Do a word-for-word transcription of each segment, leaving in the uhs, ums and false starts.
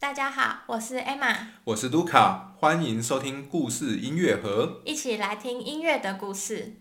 大家好，我是 Emma， 我是卢卡，欢迎收听故事音乐盒， 一起来听音乐的故事。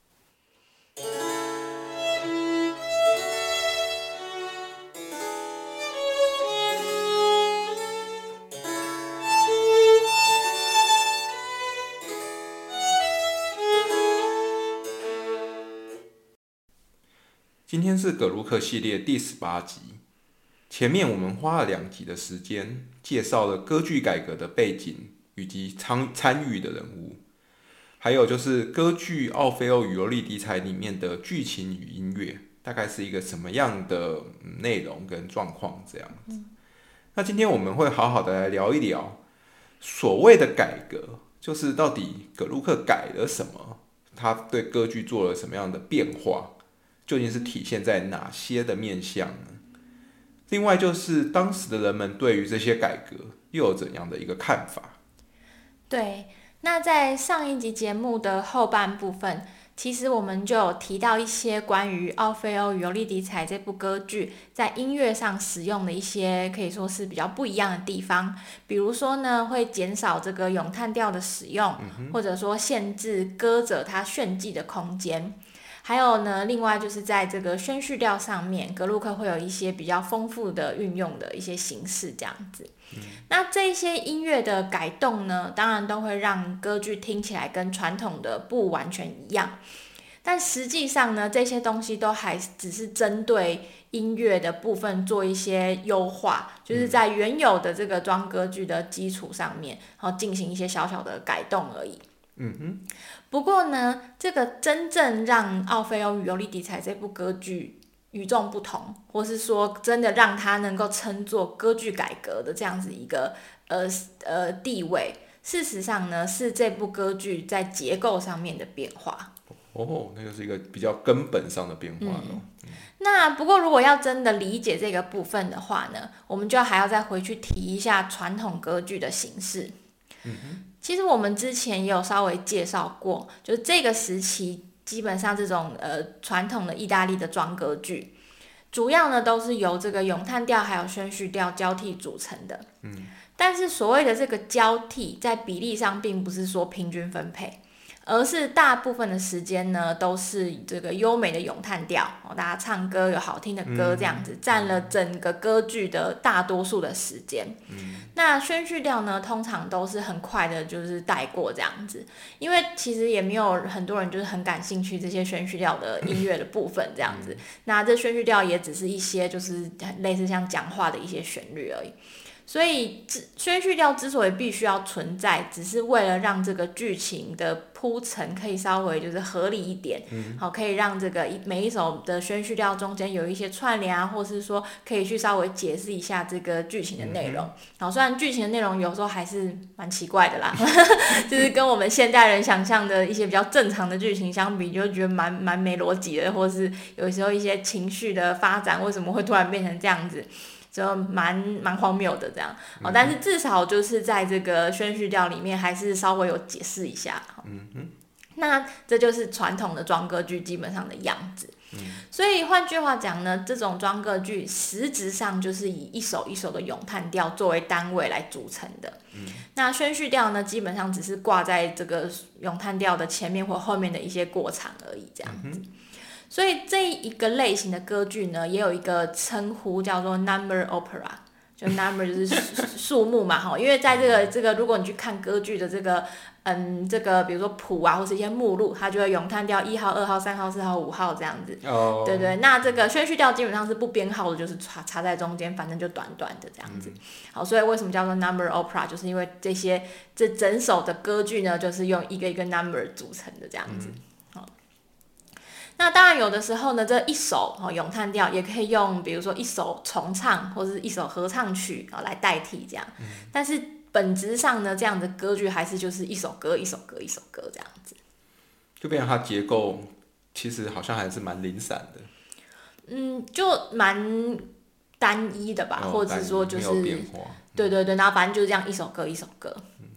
今天是葛鲁克系列第十八集。前面我们花了两集的时间，介绍了歌剧改革的背景以及参参与的人物，还有就是歌剧《奥菲欧与尤利迪采》里面的剧情与音乐，大概是一个什么样的内容跟状况这样子。嗯、那今天我们会好好的来聊一聊所谓的改革，就是到底葛鲁克改了什么，他对歌剧做了什么样的变化。究竟是体现在哪些的面向呢？另外就是当时的人们对于这些改革又有怎样的一个看法？ 对，那在上一集节目的后半部分，其实我们就有提到一些关于《奥菲欧与尤利迪采》这部歌剧在音乐上使用的一些可以说是比较不一样的地方，比如说呢，会减少这个咏叹调的使用，嗯、或者说限制歌者他炫技的空间。还有呢，另外就是在这个宣叙调上面，格鲁克会有一些比较丰富的运用的一些形式这样子。嗯、那这些音乐的改动呢，当然都会让歌剧听起来跟传统的不完全一样，但实际上呢，这些东西都还只是针对音乐的部分做一些优化，就是在原有的这个装歌剧的基础上面，然后进行一些小小的改动而已。嗯哼，不过呢，这个真正让《奥菲欧与尤利迪采》这部歌剧与众不同，或是说真的让它能够称作歌剧改革的这样子一个呃呃地位，事实上呢，是这部歌剧在结构上面的变化。 哦，那就是一个比较根本上的变化咯。嗯嗯、那不过如果要真的理解这个部分的话呢，我们就还要再回去提一下传统歌剧的形式。嗯哼。其实我们之前也有稍微介绍过，就是这个时期基本上这种呃传统的意大利的装歌剧，主要呢都是由这个咏叹调还有宣叙调交替组成的。嗯，但是所谓的这个交替，在比例上并不是说平均分配，而是大部分的时间呢都是这个优美的咏叹调，哦，大家唱歌有好听的歌这样子，占了整个歌剧的大多数的时间。嗯，那宣叙调呢，通常都是很快的，就是带过这样子，因为其实也没有很多人就是很感兴趣这些宣叙调的音乐的部分这样子。那这宣叙调也只是一些就是类似像讲话的一些旋律而已。所以宣叙调之所以必须要存在，只是为了让这个剧情的铺陈可以稍微就是合理一点，嗯、好，可以让这个每一首的宣叙调中间有一些串联啊，或是说可以去稍微解释一下这个剧情的内容。好，虽然剧情的内容有时候还是蛮奇怪的啦，就是跟我们现代人想象的一些比较正常的剧情相比，就觉得蛮蛮没逻辑的，或是有时候一些情绪的发展为什么会突然变成这样子。就蛮蛮荒谬的这样，哦，但是至少就是在这个宣叙调里面还是稍微有解释一下。嗯哼，那这就是传统的装歌剧基本上的样子。嗯，所以换句话讲呢，这种装歌剧实质上就是以一首一首的咏叹调作为单位来组成的。嗯，那宣叙调呢，基本上只是挂在这个咏叹调的前面或后面的一些过场而已，这样子。嗯，所以这一个类型的歌剧呢，也有一个称呼叫做 number opera， 就 number 就是数目嘛，哈，因为在这个这个，如果你去看歌剧的这个，嗯，这个比如说谱啊，或是一些目录，它就会咏叹调一号、二号、三号、四号、五号这样子。哦。对对，那这个宣叙调基本上是不编号的，就是插插在中间，反正就短短的这样子。嗯、好，所以为什么叫做 number opera， 就是因为这些这整首的歌剧呢，就是用一个一个 number 组成的这样子。嗯，那当然有的时候呢，这一首哦咏叹调也可以用，比如说一首重唱或是一首合唱曲哦来代替这样。嗯、但是本质上呢，这样的歌剧还是就是一首歌一首歌一首歌这样子。 就变成它结构其实好像还是蛮零散的。 嗯，就蛮单一的吧，哦、或者说就是没有变化。 对对对，然后反正就是这样一首歌一首歌。嗯、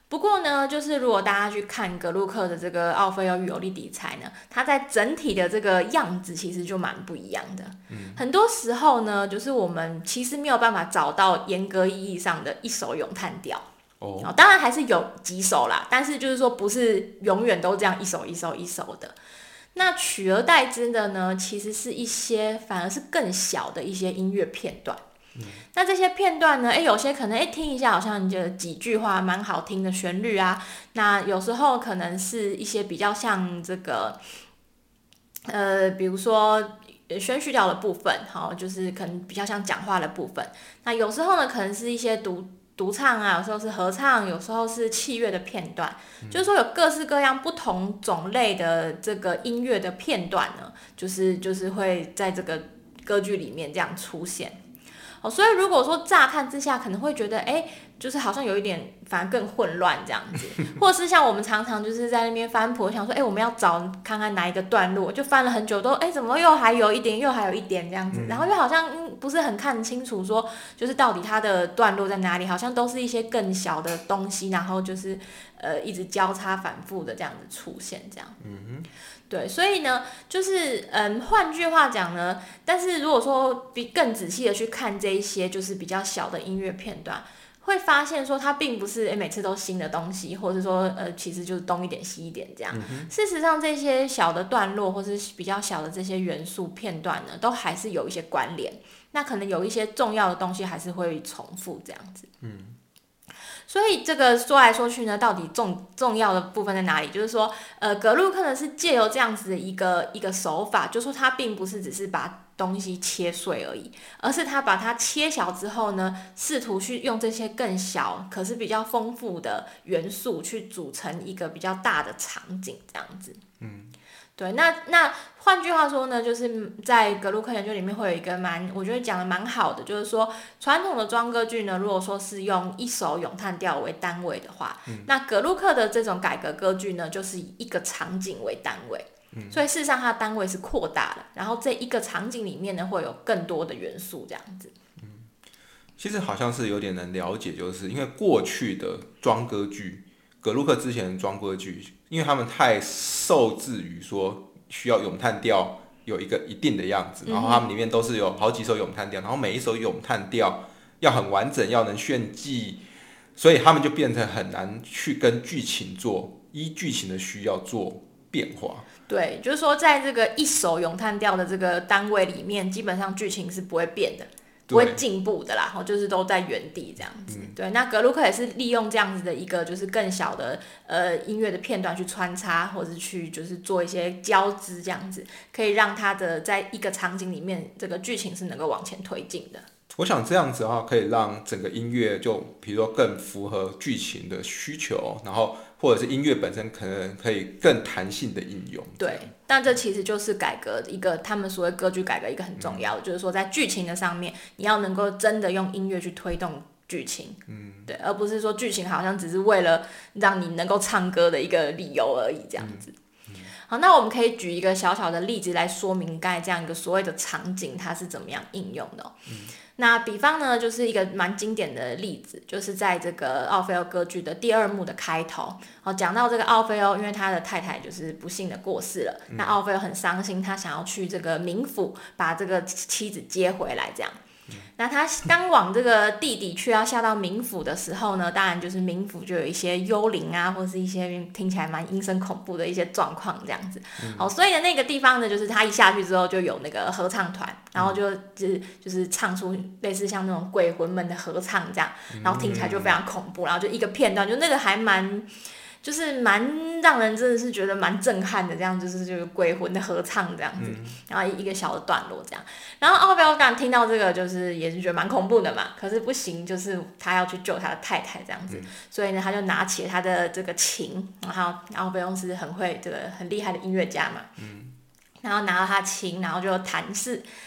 不过呢，就是如果大家去看格鲁克的这个奥菲欧与尤利底彩呢，它在整体的这个样子其实就蛮不一样的。嗯、很多时候呢，就是我们其实没有办法找到严格意义上的一首咏叹调。哦，当然还是有几首啦，但是就是说不是永远都这样一首一首一首的。那取而代之的呢，其实是一些反而是更小的一些音乐片段。嗯、那这些片段呢，哎，有些可能哎听一下，好像你觉得几句话蛮好听的旋律啊。那有时候可能是一些比较像这个，呃，比如说宣叙调的部分，好，就是可能比较像讲话的部分。那有时候呢，可能是一些独独唱啊，有时候是合唱，有时候是器乐的片段，嗯、就是说有各式各样不同种类的这个音乐的片段呢，就是就是会在这个歌剧里面这样出现。哦，所以如果说乍看之下可能会觉得，哎，就是好像有一点反而更混乱这样子，或者是像我们常常就是在那边翻谱，想说，哎，我们要找看看哪一个段落，就翻了很久都，哎，怎么又还有一点，又还有一点这样子，然后又好像、嗯、不是很看清楚说，就是到底它的段落在哪里，好像都是一些更小的东西，然后就是呃一直交叉反复的这样子出现这样。嗯哼。对，所以呢，就是嗯，换句话讲呢，但是如果说比更仔细的去看这一些就是比较小的音乐片段，会发现说它并不是诶每次都新的东西，或者是说呃其实就是东一点西一点这样。嗯、事实上，这些小的段落或是比较小的这些元素片段呢，都还是有一些关联。那可能有一些重要的东西还是会重复这样子。嗯。所以这个说来说去呢，到底重重要的部分在哪里？就是说，呃，格鲁克呢是借由这样子的一个一个手法，就是说他并不是只是把东西切碎而已，而是他把它切小之后呢，试图去用这些更小可是比较丰富的元素去组成一个比较大的场景，这样子。嗯。对，那那换句话说呢，就是在格鲁克研究里面会有一个蛮，我觉得讲的蛮好的，就是说传统的庄歌剧呢，如果说是用一首咏叹调为单位的话，嗯、那格鲁克的这种改革歌剧呢，就是以一个场景为单位，嗯、所以事实上它的单位是扩大了，然后这一个场景里面呢，会有更多的元素这样子。 嗯，其实好像是有点能了解，就是因为过去的庄歌剧。格鲁克之前的庄歌剧，因为他们太受制于说需要咏叹调有一个一定的样子，然后他们里面都是有好几首咏叹调，然后每一首咏叹调要很完整，要能炫技，所以他们就变成很难去跟剧情做依剧情的需要做变化。 对，就是说在这个一首咏叹调的这个单位里面，基本上剧情是不会变的。不会进步的啦，就是都在原地这样子。嗯、对，那格鲁克也是利用这样子的一个就是更小的呃音乐的片段去穿插，或者是去就是做一些交织这样子，可以让它的在一个场景里面这个剧情是能够往前推进的。 我想这样子的话，可以让整个音乐就比如说更符合剧情的需求，然后或者是音乐本身可能可以更弹性的应用。 对，但这其实就是改革一个他们所谓歌剧改革一个很重要的，嗯、就是说在剧情的上面，你要能够真的用音乐去推动剧情，嗯，对，而不是说剧情好像只是为了让你能够唱歌的一个理由而已，这样子。嗯、好，那我们可以举一个小小的例子来说明刚才这样一个所谓的场景它是怎么样应用的、哦。嗯那比方呢，就是一个蛮经典的例子，就是在这个奥菲欧歌剧的第二幕的开头，哦，讲到这个奥菲欧，因为他的太太就是不幸的过世了，嗯、那奥菲欧很伤心，他想要去这个冥府把这个妻子接回来，这样。那他刚往这个地底去要下到冥府的时候呢，当然就是冥府就有一些幽灵啊，或是一些听起来蛮阴森恐怖的一些状况这样子。嗯、哦，所以呢那个地方呢，就是他一下去之后就有那个合唱团，然后就就是就是唱出类似像那种鬼魂们的合唱这样，然后听起来就非常恐怖，然后就一个片段，就那个还蛮。就是蛮让人真的是觉得蛮震撼的，这样就是就是鬼魂的合唱这样子，嗯、然后一个小的段落这样，然后奥菲欧刚听到这个就是也是觉得蛮恐怖的嘛，可是不行，就是他要去救他的太太这样子，嗯、所以呢他就拿起了他的这个琴，然后奥菲欧是很会这个很厉害的音乐家嘛，嗯、然后拿到他琴，然后就弹试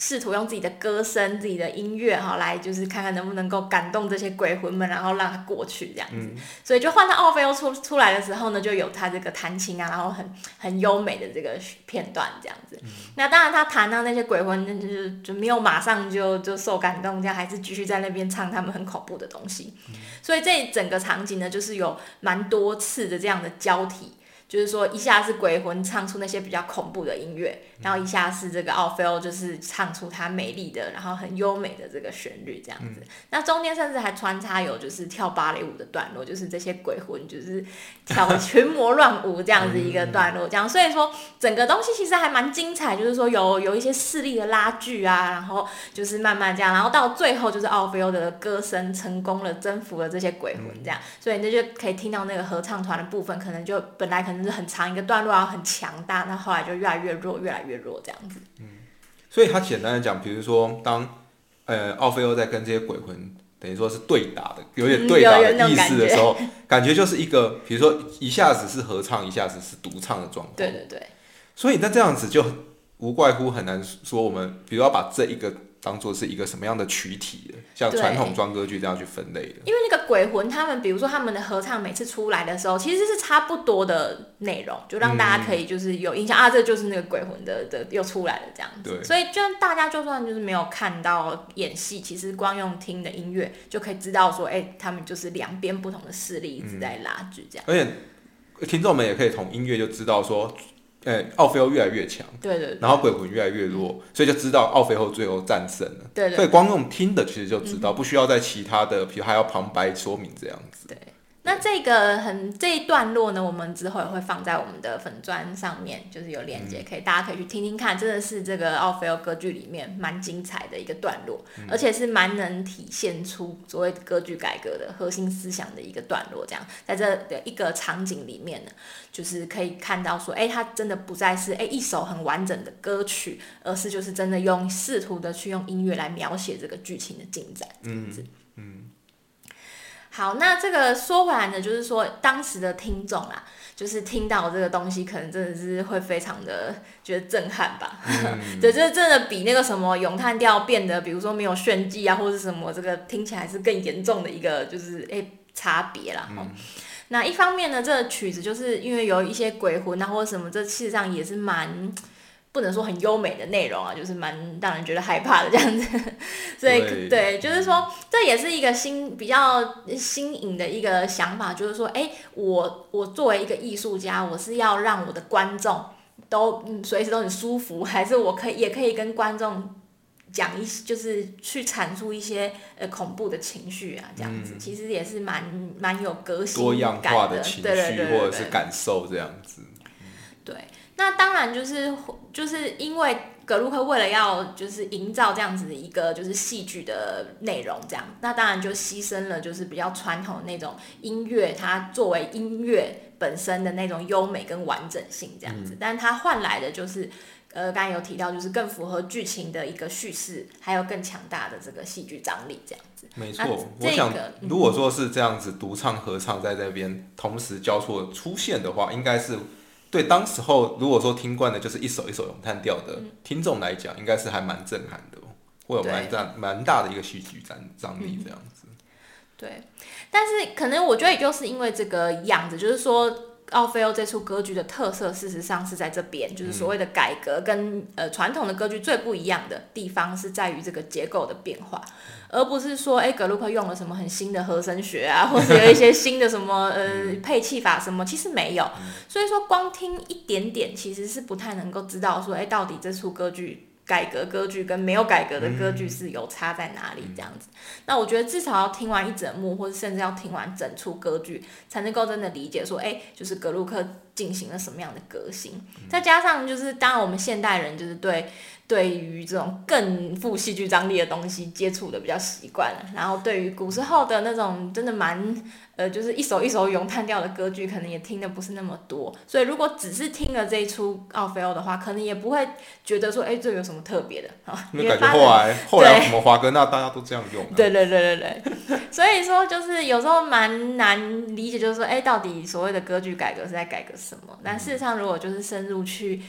试图用自己的歌声、自己的音乐哈，来就是看看能不能够感动这些鬼魂们，然后让他过去这样子。嗯、所以就换到奥菲欧出出来的时候呢，就有他这个弹琴啊，然后很很优美的这个片段这样子。嗯、那当然他弹到那些鬼魂，就就没有马上就就受感动，这样还是继续在那边唱他们很恐怖的东西。嗯、所以这整个场景呢，就是有蛮多次的这样的交替。就是说，一下是鬼魂唱出那些比较恐怖的音乐，然后一下是这个奥菲欧就是唱出他美丽的，然后很优美的这个旋律这样子。嗯、那中间甚至还穿插有就是跳芭蕾舞的段落，就是这些鬼魂就是跳群魔乱舞这样子一个段落，这样。所以说整个东西其实还蛮精彩，就是说有有一些势力的拉锯啊，然后就是慢慢这样，然后到最后就是奥菲欧的歌声成功了，征服了这些鬼魂这样，所以那就可以听到那个合唱团的部分，可能就本来可能。是很长一个段落，然后很强大，那后来就越来越弱，越来越弱这样子。 嗯，所以他简单的讲，比如说当呃奥菲欧在跟这些鬼魂等于说是对打的，有点对打的意思的时候，嗯、感, 感觉就是一个，比如说一下子是合唱，一下子是独唱的状况。 对对对。 所以那这样子就无怪乎很难说我们，比如要把这一个。当做是一个什么样的曲体的，像传统庄歌剧这样去分类的。 因为那个鬼魂，他们比如说他们的合唱，每次出来的时候，其实是差不多的内容，就让大家可以就是有印象、嗯、啊，这就是那个鬼魂的的又出来了这样子。所以就大家就算就是没有看到演戏，其实光用听的音乐就可以知道说，哎、欸，他们就是两边不同的势力一直在拉锯这样、 嗯。而且听众们也可以从音乐就知道说。欸、奥菲欧越来越强， 对对对， 然后鬼魂越来越弱，嗯、所以就知道奥菲欧最后战胜了。 对, 对, 对， 所以光用听的其实就知道，嗯、不需要在其他的，比如还要旁白说明这样子。 对，那这个很这一段落呢，我们之后也会放在我们的粉专上面，就是有连结，可以、嗯、大家可以去听听看，真的是这个奥菲欧歌剧里面蛮精彩的一个段落，嗯、而且是蛮能体现出所谓歌剧改革的核心思想的一个段落。这样，在这的一个场景里面呢。就是可以看到说，哎、欸，它真的不再是哎、欸、一首很完整的歌曲，而是就是真的用试图的去用音乐来描写这个剧情的进展，这样子。嗯。嗯好，那这个说回来呢，就是说当时的听众啊，就是听到这个东西，可能真的是会非常的觉得震撼吧。嗯、对，这真的比那个什么咏叹调变得，比如说没有炫技啊，或者什么，这个听起来是更严重的一个就是哎、欸、差别啦。嗯那一方面呢，这个曲子就是因为有一些鬼魂啊或者什么，这事实上也是蛮不能说很优美的内容啊，就是蛮让人觉得害怕的这样子。所以 对, 对，就是说这也是一个新比较新颖的一个想法，就是说，哎，我我作为一个艺术家，我是要让我的观众都嗯随时都很舒服，还是我可以也可以跟观众。讲一就是去阐述一些呃恐怖的情绪啊，这样子、嗯、其实也是蛮蛮有革新感的， 多样化的情绪对对对对对或者是感受这样子。 嗯、对，那当然就是就是因为格鲁克为了要就是营造这样子的一个就是戏剧的内容，这样，那当然就牺牲了就是比较传统的那种音乐，它作为音乐本身的那种优美跟完整性这样子，嗯、但它换来的就是。呃，刚才有提到，就是更符合剧情的一个叙事，还有更强大的这个戏剧張力，這樣子。 沒錯，我想如果說是這樣子獨唱合唱在這邊同時交錯出現的話，應該是對當時候如果說聽慣的就是一首一首詠嘆調的聽眾來講，應該是還蠻震撼的，會有蠻大蠻大的一個戲劇張張力這樣子。 對，但是可能我覺得也就是因為這個樣子，就是說。奧菲歐這出歌劇的特色，事實上是在這邊，就是所謂的改革跟呃傳統的歌劇最不一樣的地方是在於這個結構的變化，而不是說，哎，格魯克用了什麼很新的和聲學啊，或者有一些新的什麼呃配器法什麼，其實沒有，所以說光聽一點點，其實是不太能夠知道說，哎，到底這出歌劇。改革歌劇跟沒有改革的歌劇是有差在哪裡這樣子，那我覺得至少要聽完一整幕，或者甚至要聽完整出歌劇，才能夠真的理解說，哎，就是格魯克進行了什麼樣的革新。再加上就是當然我們現代人就是對對於這種更富戲劇張力的東西接觸的比較習慣了，然後對於古時候的那種真的蠻呃，就是一首一首詠嘆調的歌劇，可能也聽的不是那麼多，所以如果只是聽了這一出奧菲歐的話，可能也不會覺得說，哎，這有什麼特別的啊？ 因為感覺後來後來什麼華格納大家都這樣用、啊。 對對對對對，所以說就是有時候蠻難理解，就是說，哎，到底所謂的歌劇改革是在改革什麼？但事實上，如果就是深入去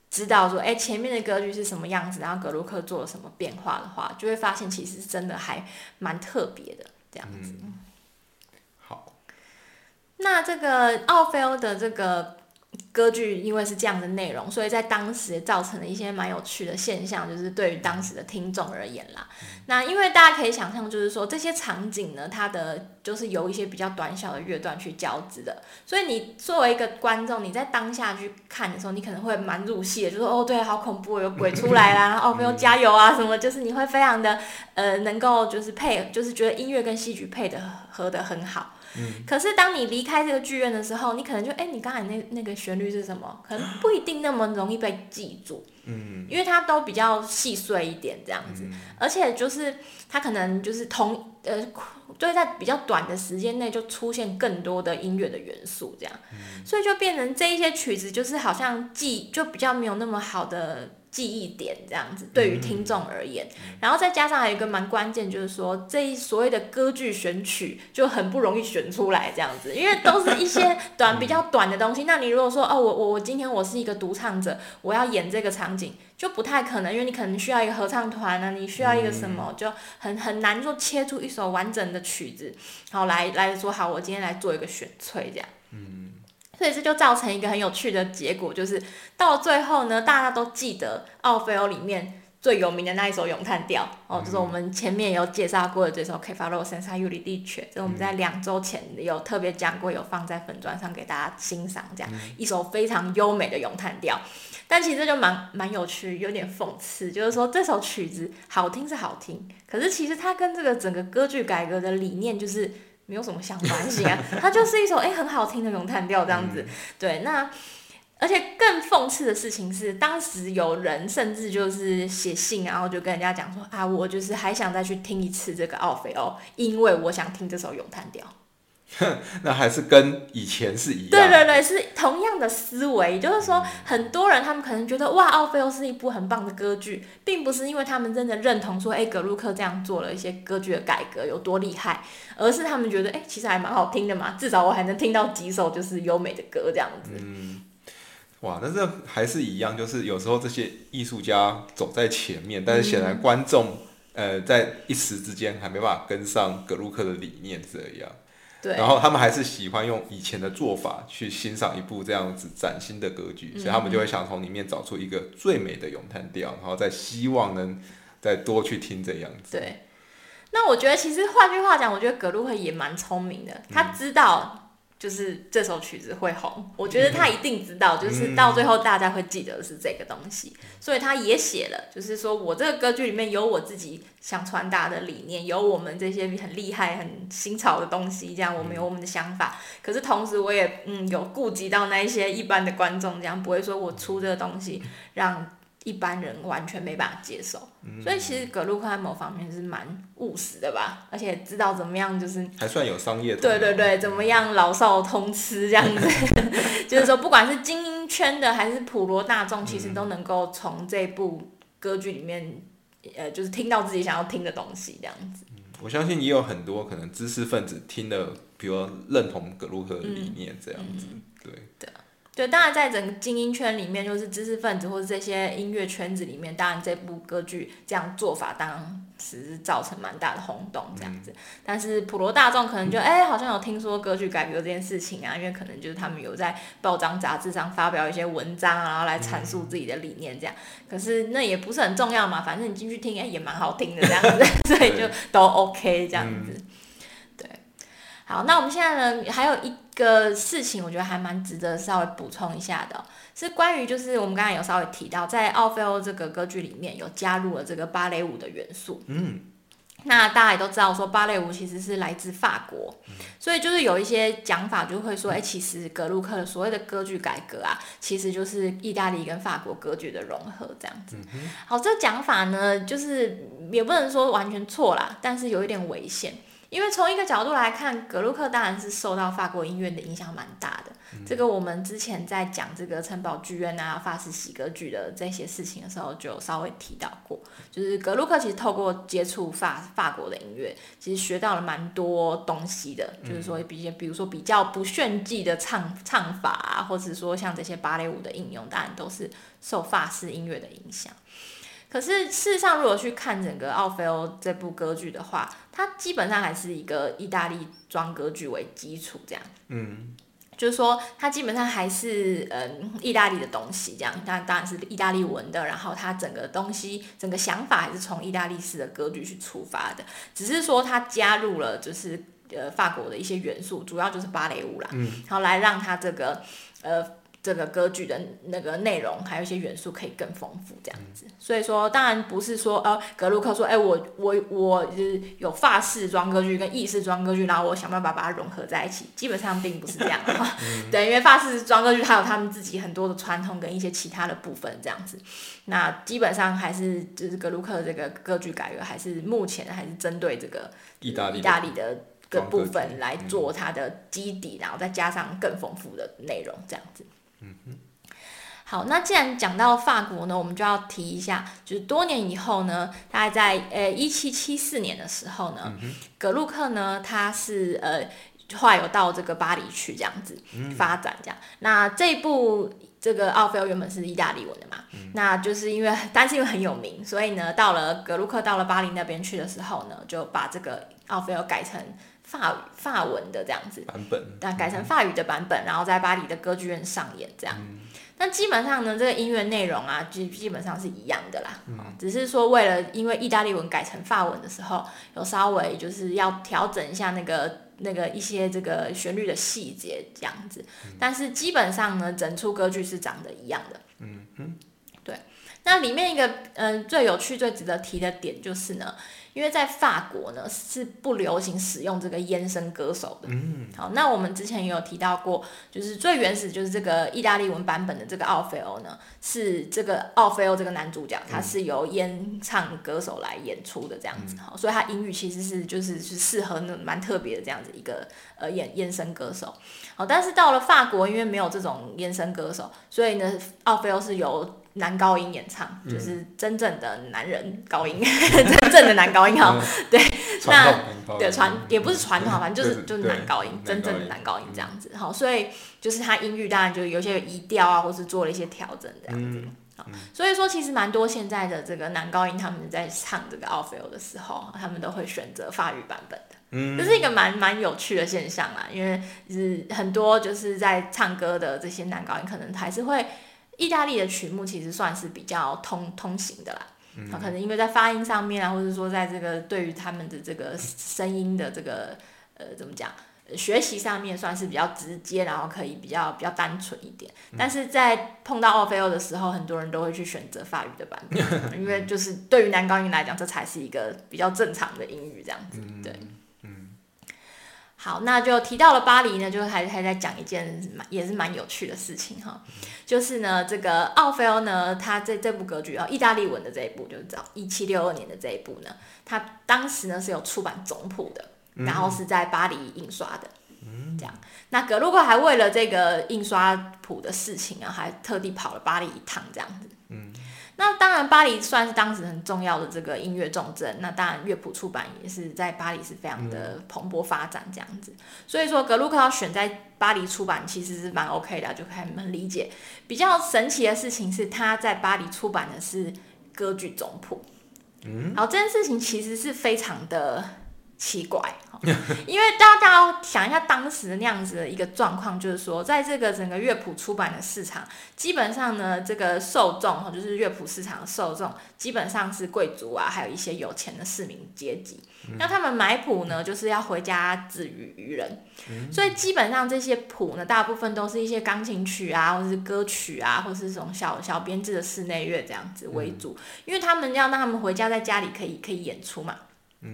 知道说，哎，前面的歌剧是什么样子，然后格鲁克做了什么变化的话，就会发现其实真的还蛮特别的这样子。 嗯、好， 那这个奥菲欧的这个歌剧因为是这样的内容，所以在当时也造成了一些蛮有趣的现象，就是对于当时的听众而言啦。那因为大家可以想象，就是说这些场景呢，它的就是由一些比较短小的乐段去交织的，所以你作为一个观众，你在当下去看的时候，你可能会蛮入戏的，就说哦，对，好恐怖，有鬼出来啦，奥菲欧加油啊什么，就是你会非常的呃能够就是配，就是觉得音乐跟戏剧配的合得很好。 嗯、 可是当你离开这个剧院的时候，你可能就哎，你刚才那那个旋律是什么？可能不一定那么容易被记住，嗯，因为它都比较细碎一点这样子，嗯、而且就是它可能就是同呃，就在比较短的时间内就出现更多的音乐的元素这样，嗯、所以就变成这一些曲子就是好像记就比较没有那么好的记忆点这样子，对于听众而言，嗯、然后再加上还有一个蛮关键，就是说这一所谓的歌剧选曲就很不容易选出来这样子，因为都是一些短比较短的东西。那你如果说哦，我我我今天我是一个独唱者，我要演这个场景，就不太可能，因为你可能需要一个合唱团啊，你需要一个什么，就很很难说切出一首完整的曲子，好来来说好，我今天来做一个选粹这样。嗯。所以这就造成一个很有趣的结果，就是到了最后呢，大家都记得奥菲欧里面最有名的那一首咏叹调哦，就是我们前面有介绍过的这首《Che farò senza Euridice》，这我们在两周前有特别讲过，有放在粉专上给大家欣赏，这样、嗯、一首非常优美的咏叹调。但其实这就蛮蛮有趣，有点讽刺，就是说这首曲子好听是好听，可是其实它跟这个整个歌剧改革的理念就是没有什么相关性啊，它就是一首哎、欸、很好听的咏叹调这样子。嗯、对，那而且更讽刺的事情是，当时有人甚至就是写信，然后就跟人家讲说啊，我就是还想再去听一次这个奥菲欧，因为我想听这首咏叹调。 那还是跟以前是一样的。 对对对，是同样的思维，就是说很多人他们可能觉得哇，奥菲欧是一部很棒的歌剧，并不是因为他们真的认同说，哎，格鲁克这样做了一些歌剧的改革有多厉害，而是他们觉得，哎，其实还蛮好听的嘛，至少我还能听到几首就是优美的歌这样子。 嗯，哇，但是还是一样，就是有时候这些艺术家走在前面，但是显然观众、嗯、呃在一时之间还没办法跟上格鲁克的理念这样。 对， 然后他们还是喜欢用以前的做法去欣赏一部这样子崭新的歌剧，嗯、所以他们就会想从里面找出一个最美的咏叹调，然后再希望能再多去听这样子。 对，那我觉得其实换句话讲，我觉得格鲁克也蛮聪明的，他知道就是这首曲子会红，我觉得他一定知道，就是到最后大家会记得的是这个东西，所以他也写了，就是说我这个歌剧里面有我自己想传达的理念，有我们这些很厉害、很新潮的东西，这样我们有我们的想法。可是同时我也嗯有顾及到那一些一般的观众，这样不会说我出这个东西让一般人完全没办法接受。嗯、所以其实格鲁克在某方面是蛮务实的吧，而且知道怎么样就是还算有商业头脑。 对对对，怎么样老少通吃这样子，就是说不管是精英圈的还是普罗大众，其实都能够从这部歌剧里面。呃，就是听到自己想要听的东西，这样子。 嗯、我相信也有很多可能知识分子听的，比如认同格鲁克的理念这样子，嗯、对。 对，对，当然在整个精英圈里面，就是知识分子或者这些音乐圈子里面，当然这部歌剧这样做法，当时是造成蛮大的轰动这样子。嗯、但是普罗大众可能就哎、欸，好像有听说歌剧改革这件事情啊，因为可能就是他们有在报章杂志上发表一些文章啊，然后来阐述自己的理念这样。可是那也不是很重要嘛，反正你进去听，哎、欸，也蛮好听的这样子，所以就都 OK 这样子。嗯、对，好，那我们现在呢，还有一个事情，我觉得还蛮值得稍微补充一下的、哦，是关于就是我们刚才有稍微提到，在奥菲欧这个歌剧里面有加入了这个芭蕾舞的元素。嗯。那大家也都知道说芭蕾舞其实是来自法国，嗯、所以就是有一些讲法就会说，哎、欸，其实格鲁克的所谓的歌剧改革啊，其实就是意大利跟法国歌剧的融合这样子。嗯、好，这讲法呢，就是也不能说完全错啦，但是有一点危险， 因为从一个角度来看，格鲁克当然是受到法国音乐的影响蛮大的。嗯、这个我们之前在讲这个城堡剧院啊、法式喜歌剧的这些事情的时候，就稍微提到过。就是格鲁克其实透过接触法法国的音乐，其实学到了蛮多东西的。嗯、就是说，比比如说比较不炫技的唱唱法啊，或者说像这些芭蕾舞的应用，当然都是受法式音乐的影响。可是事实上，如果去看整个《奥菲欧》这部歌剧的话，它基本上还是一个意大利装歌剧为基础，这样。嗯。就是说，它基本上还是嗯意大利的东西，这样。那当然是意大利文的，然后它整个东西、整个想法还是从意大利式的歌剧去出发的，只是说它加入了就是呃法国的一些元素，主要就是芭蕾舞啦，嗯，然后来让它这个呃。这个歌剧的那个内容还有一些元素可以更丰富，这样子。所以说，当然不是说呃，格鲁克说，哎、欸，我我我就是有法式装歌剧跟意式装歌剧，然后我想办法把它融合在一起，基本上并不是这样的。嗯、对，因为法式装歌剧它有他们自己很多的传统跟一些其他的部分，这样子。那基本上还是就是格鲁克这个歌剧改革，还是目前还是针对这个意大利意大利的个部分来做它的基底，然后再加上更丰富的内容，这样子。嗯哼，好，那既然讲到法国呢，我们就要提一下，就是多年以后呢，大概在呃一七七四年的时候呢，嗯、格鲁克呢，他是呃后来有到这个巴黎去这样子发展这样。嗯、那这一部这个奥菲欧原本是意大利文的嘛，嗯、那就是因为但是因为很有名，所以呢，到了格鲁克到了巴黎那边去的时候呢，就把这个奥菲欧改成法语法文的这样子版本， 但改成法语的版本，然后在巴黎的歌剧院上演这样。嗯、那基本上呢，这个音乐内容啊，基基本上是一样的啦。嗯、只是说为了因为意大利文改成法文的时候，有稍微就是要调整一下那个那个一些这个旋律的细节这样子。嗯、但是基本上呢，整出歌剧是长得一样的。嗯嗯，对。那里面一个嗯、呃、最有趣、最值得提的点就是呢。因为在法国呢是不流行使用这个烟声歌手的。嗯，好，那我们之前也有提到过，就是最原始就是这个意大利文版本的这个奥菲欧呢，是这个奥菲欧这个男主角，他是由烟唱歌手来演出的这样子。好，所以他音域其实是就是是适合那蛮特别的这样子一个呃烟烟声歌手。好，但是到了法国，因为没有这种烟声歌手，所以呢，奥菲欧是由男高音演唱，嗯、就是真正的男人高音，真正的男高音哈。嗯、对，那对传也不是传统，反正就是就是男高音，真正的男高音这样子。好，所以就是他音域当然就有些移调啊，或是做了一些调整这样子。嗯嗯、所以说其实蛮多现在的这个男高音他们在唱这个奥菲欧的时候，他们都会选择法语版本的。嗯，这是一个蛮蛮有趣的现象啦，因为是很多就是在唱歌的这些男高音，可能还是会。意大利的曲目其实算是比较通通行的啦，嗯、可能因为在发音上面啊，或者说在这个对于他们的这个声音的这个呃怎么讲，学习上面算是比较直接，然后可以比较比较单纯一点。嗯、但是在碰到奥菲欧的时候，很多人都会去选择法语的版本，因为就是对于男高音来讲，这才是一个比较正常的音域这样子，对。好，那就提到了巴黎呢，就还还在讲一件也是蛮有趣的事情哈，就是呢，这个奥菲欧呢，他这这部歌剧哦，意大利文的这一部，就是一七六二年的这一部呢，他当时呢是有出版总谱的，然后是在巴黎印刷的，嗯、这样。那格鲁克还为了这个印刷谱的事情啊，还特地跑了巴黎一趟这样子。嗯那当然，巴黎算是当时很重要的这个音乐重镇。那当然，乐谱出版也是在巴黎是非常的蓬勃发展这样子。所以说，格鲁克要选在巴黎出版，其实是蛮 OK 的，就可以很理解。比较神奇的事情是，他在巴黎出版的是歌剧总谱。嗯，好，这件事情其实是非常的奇怪，因为大家要想一下当时那样子的一个状况，就是说，在这个整个乐谱出版的市场，基本上呢，这个受众就是乐谱市场的受众，基本上是贵族啊，还有一些有钱的市民阶级。嗯、那他们买谱呢，就是要回家自娱于人，嗯、所以基本上这些谱呢，大部分都是一些钢琴曲啊，或是歌曲啊，或是这种小小编制的室内乐这样子为主，嗯、因为他们要让他们回家在家里可以可以演出嘛。嗯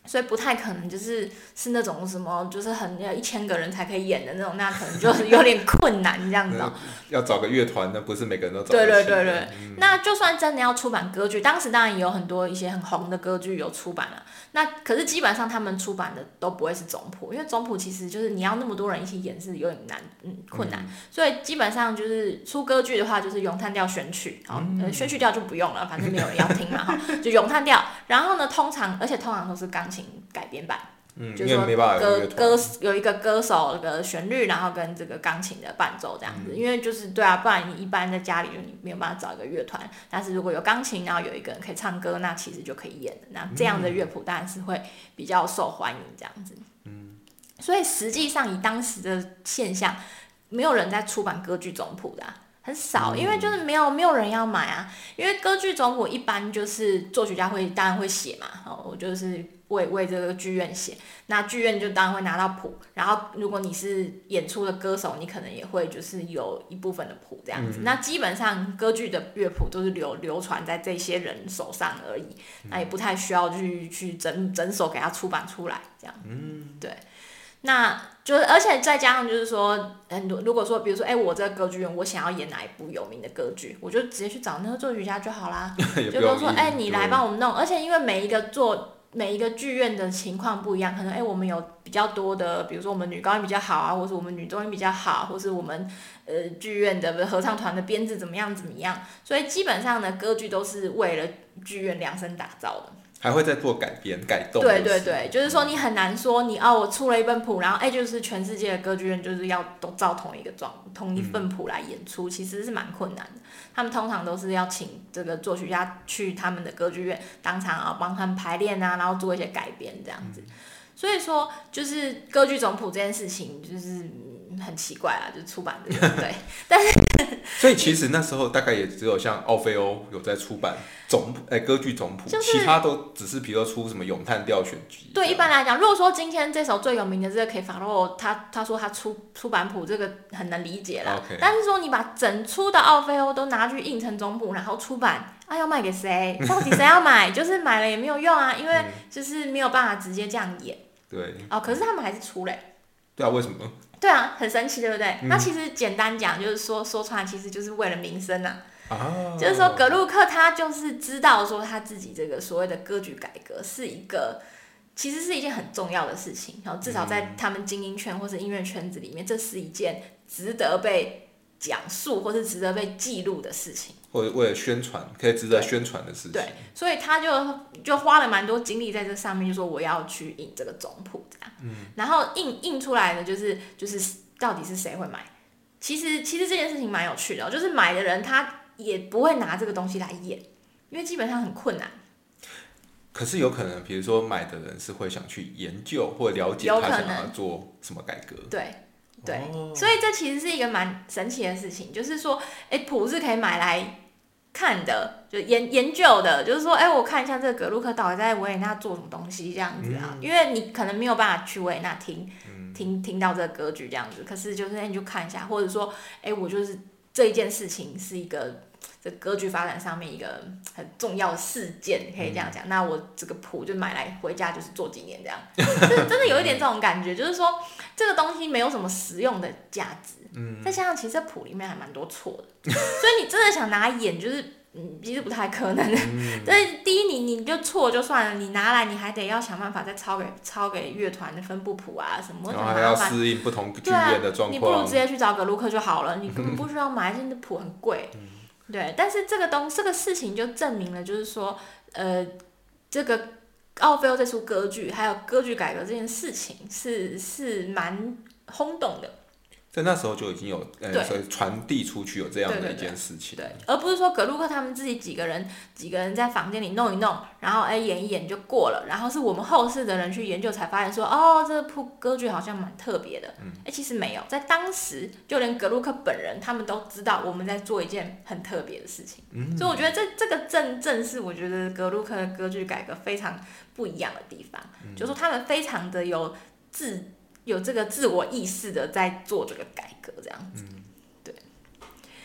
所以不太可能就是是那种什么，就是很要一千个人才可以演的那种，那可能就是有点困难这样子哦、 要找个乐团，那不是每个人都找对得起。 对对对、 嗯， 那就算真的要出版歌剧，当时当然也有很多一些很红的歌剧有出版了。那可是基本上他们出版的都不会是总谱，因为总谱其实就是你要那么多人一起演是有点难，嗯，困难。嗯、所以基本上就是出歌剧的话，就是咏叹调选曲，好、嗯呃，选曲调就不用了，反正没有人要听嘛，哈，就咏叹调。然后呢，通常而且通常都是钢琴改编版。 嗯， 就是说歌歌有一个歌手的旋律，然后跟这个钢琴的伴奏这样子，嗯、因为就是对啊，不然你一般在家里就你没有办法找一个乐团，但是如果有钢琴，然后有一个人可以唱歌，那其实就可以演的。那这样的乐谱当然是会比较受欢迎这样子。嗯，所以实际上以当时的现象，没有人在出版歌剧总谱的、啊。很少，因为就是没有没有人要买啊。因为歌剧总谱一般就是作曲家会当然会写嘛，哦，我就是为为这个剧院写，那剧院就当然会拿到谱，然后如果你是演出的歌手，你可能也会就是有一部分的谱这样子。嗯、那基本上歌剧的乐谱都是流流传在这些人手上而已，嗯、那也不太需要去去整整手给它出版出来这样。嗯，对。那就是，而且再加上就是说，嗯，如果说，比如说，哎、欸，我这个歌剧院，我想要演哪一部有名的歌剧，我就直接去找那个作曲家就好啦。就说说，哎、欸，你来帮我们弄。而且因为每一个做每一个剧院的情况不一样，可能哎、欸，我们有比较多的，比如说我们女高音比较好啊，或是我们女中音比较好，或是我们呃剧院的合唱团的编制怎么样怎么样，所以基本上呢，歌剧都是为了剧院量身打造的。 还会再做改编改动。 对对对，就是说你很难说你哦，我出了一本谱，然后哎，就是全世界的歌剧院就是要都照同一个状同一份谱来演出，嗯、其实是蛮困难的。他们通常都是要请这个作曲家去他们的歌剧院当场啊帮他们排练啊，然后做一些改编这样子。嗯、所以说，就是歌剧总谱这件事情就是很奇怪啊，就是出版的对，但是所以其实那时候大概也只有像奥菲欧有在出版总谱，哎，歌剧总谱，就是、其他都只是比如说出什么咏叹调选集。 对，一般来讲，如果说今天这首最有名的这个 K 法洛，他他说他出出版谱，这个很能理解啦。Okay. 但是说你把整出的奥菲欧都拿去印成总谱，然后出版，啊，要卖给谁？到底谁要买？就是买了也没有用啊，因为就是没有办法直接这样演。 对。 哦，可是他们还是出嘞。 对啊，为什么？ 对啊，很神奇，对不对？嗯、那其实简单讲，就是说说穿，其实就是为了名声啊。啊就是说，葛路克他就是知道说他自己这个所谓的歌剧改革是一个，其实是一件很重要的事情。然后至少在他们精英圈或是音乐圈子里面，这是一件值得被讲述或是值得被记录的事情。 或者为了宣传，可以值得宣传的事情。 对，所以他就就花了蛮多精力在这上面，就说我要去印这个总谱这样。嗯。然后印印出来的就是就是到底是谁会买？其实其实这件事情蛮有趣的、哦，就是买的人他也不会拿这个东西来演，因为基本上很困难。 可是有可能，比如说买的人是会想去研究或了解他想要做什么改革。 对。对，哦、所以这其实是一个蛮神奇的事情，就是说，哎，谱是可以买来看的，就研研究的，就是说，哎，我看一下这个葛路克到底在维也纳做什么东西这样子啊，嗯、因为你可能没有办法去维也纳听，嗯、听听到这个歌剧这样子，可是就是哎，你就看一下，或者说，哎，我就是这一件事情是一个这歌剧发展上面一个很重要的事件，可以这样讲。嗯、那我这个谱就买来回家就是做几年这样，就是真的有一点这种感觉，就是说。这个东西没有什么实用的价值，嗯，再加上其实这谱里面还蛮多错的，所以你真的想拿来演，就是嗯，其实不太可能。嗯、但是第一，你你就错就算了，你拿来你还得要想办法再抄给抄给乐团的分部谱啊什么， 然后还要适应不同剧院的状况。 你不如直接去找葛路克就好了，你根本不需要买，现在谱很贵。嗯、对，但是这个东这个事情就证明了，就是说，呃，这个。奥菲欧这出歌剧，还有歌剧改革这件事情是是蛮轰动的， 在那时候就已经有呃，所以传递出去有这样的一件事情， 对，对对对而不是说葛路克他们自己几个人几个人在房间里弄一弄，然后哎演一演就过了，然后是我们后世的人去研究才发现说，哦，这部歌剧好像蛮特别的，嗯，哎其实没有，在当时就连葛路克本人他们都知道我们在做一件很特别的事情，嗯，所以我觉得这这个正正是我觉得葛路克的歌剧改革非常不一样的地方，嗯、就是说他们非常的有自有这个自我意识的在做这个改革，这样子，嗯、对。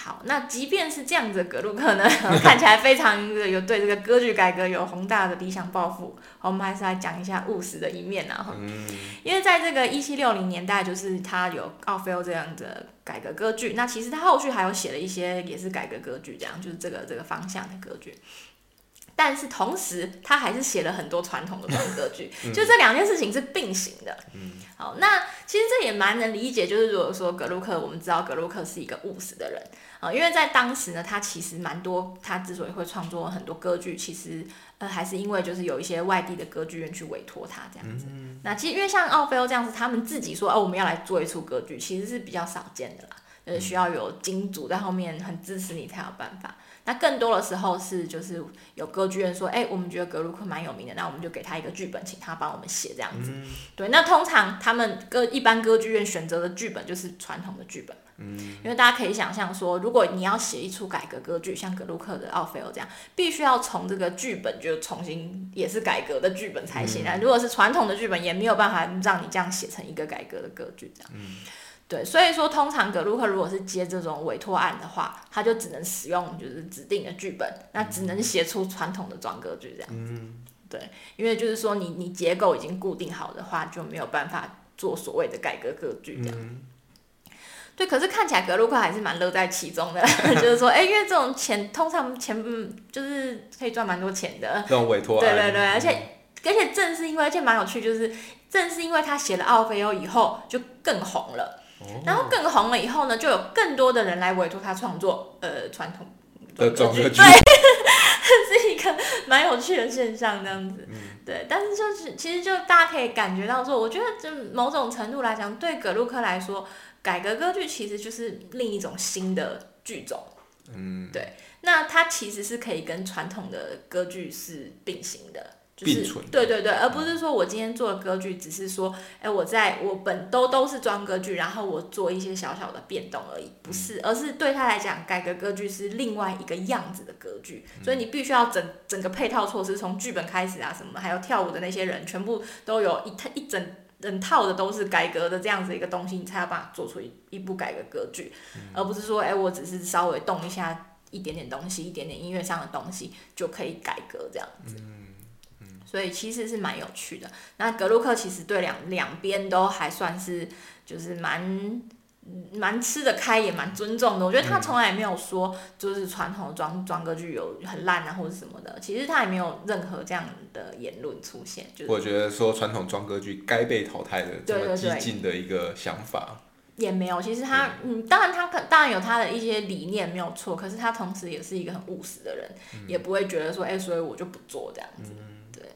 好，那即便是这样子的葛鲁克呢，看起来非常有对这个歌剧改革有宏大的理想抱负，我们还是来讲一下务实的一面啊。嗯、因为在这个一七六零年代，就是他有奥菲欧这样的改革歌剧，那其实他后续还有写了一些也是改革歌剧，这样就是这个这个方向的歌剧。但是同时，他还是写了很多传统的装歌剧，嗯、就这两件事情是并行的。嗯、好，那其实这也蛮能理解，就是如果说葛鲁克，我们知道葛鲁克是一个务实的人啊、呃，因为在当时呢，他其实蛮多，他之所以会创作很多歌剧，其实呃还是因为就是有一些外地的歌剧院去委托他这样子。嗯、那其实因为像奥菲欧这样子，他们自己说哦我们要来做一出歌剧，其实是比较少见的啦，就是需要有金主在后面很支持你才有办法。那更多的时候是就是有歌剧院说，哎、欸，我们觉得葛鲁克蛮有名的，那我们就给他一个剧本，请他帮我们写这样子。嗯、对，那通常他们歌一般歌剧院选择的剧本就是传统的剧本。嗯、因为大家可以想象说，如果你要写一出改革歌剧，像葛鲁克的《奥菲欧》这样，必须要从这个剧本就重新也是改革的剧本才行啊。嗯、如果是传统的剧本，也没有办法让你这样写成一个改革的歌剧这样。嗯对，所以说通常葛鲁克如果是接这种委托案的话，他就只能使用就是指定的剧本，那只能写出传统的装歌剧这样子。嗯、对，因为就是说你你结构已经固定好的话，就没有办法做所谓的改革歌剧这样。嗯、对，可是看起来葛鲁克还是蛮乐在其中的，就是说，哎，因为这种钱通常钱就是可以赚蛮多钱的。 这种委托案。 对对对，而且。嗯而且正是因为，而且蛮有趣，就是正是因为他写了奥菲欧以后，就更红了。哦、然后更红了以后呢，就有更多的人来委托他创作呃传统的装歌剧， 对，是一个蛮有趣的现象，这样子。嗯、对，但是就是其实就大家可以感觉到说，我觉得就某种程度来讲，对葛鲁克来说，改革歌剧其实就是另一种新的剧种。嗯，对，那它其实是可以跟传统的歌剧是并行的。就是对对对，而不是说我今天做的歌剧只是说，哎，我在我本都都是装歌剧，然后我做一些小小的变动而已，不是，而是对他来讲，改革歌剧是另外一个样子的歌剧，所以你必须要整整个配套措施，从剧本开始啊，什么还有跳舞的那些人，全部都有一一整整套的都是改革的这样子一个东西，你才有办法做出一一部改革歌剧，嗯、而不是说，哎，我只是稍微动一下一点点东西，一点点音乐上的东西就可以改革这样子。嗯所以其实是蛮有趣的。那葛鲁克其实对两两边都还算是就是蛮蛮吃得开，也蛮尊重的。我觉得他从来也没有说就是传统的装装歌剧有很烂啊或者什么的，其实他也没有任何这样的言论出现。就是、 我觉得说传统装歌剧该被淘汰的这么激进的一个想法。 也没有，其实他，嗯，当然他可当然有他的一些理念没有错，可是他同时也是一个很务实的人，嗯、也不会觉得说，哎、欸，所以我就不做这样子。嗯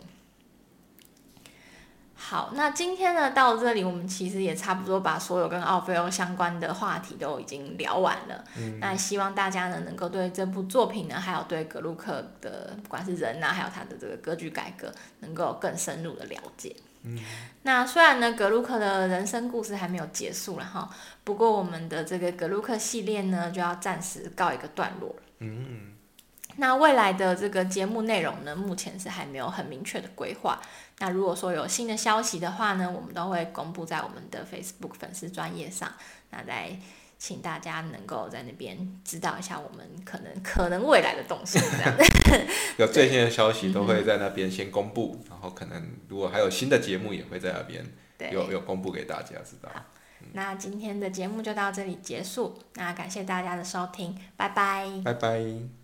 好，那今天呢到这里，我们其实也差不多把所有跟奥菲欧相关的话题都已经聊完了。嗯、那希望大家呢能够对这部作品呢，还有对葛鲁克的不管是人啊，还有他的这个歌剧改革，能够更深入的了解。嗯、那虽然呢，葛鲁克的人生故事还没有结束了哈，不过我们的这个葛鲁克系列呢，就要暂时告一个段落了。嗯。那未来的这个节目内容呢，目前是还没有很明确的规划。那如果说有新的消息的话呢，我们都会公布在我们的 Facebook 粉丝专页上。那再请大家能够在那边知道一下我们可能可能未来的动向，这样有最新的消息都会在那边先公布，然后可能如果还有新的节目也会在那边有有公布给大家知道。 那今天的节目就到这里结束，那感谢大家的收听，拜拜。 拜拜。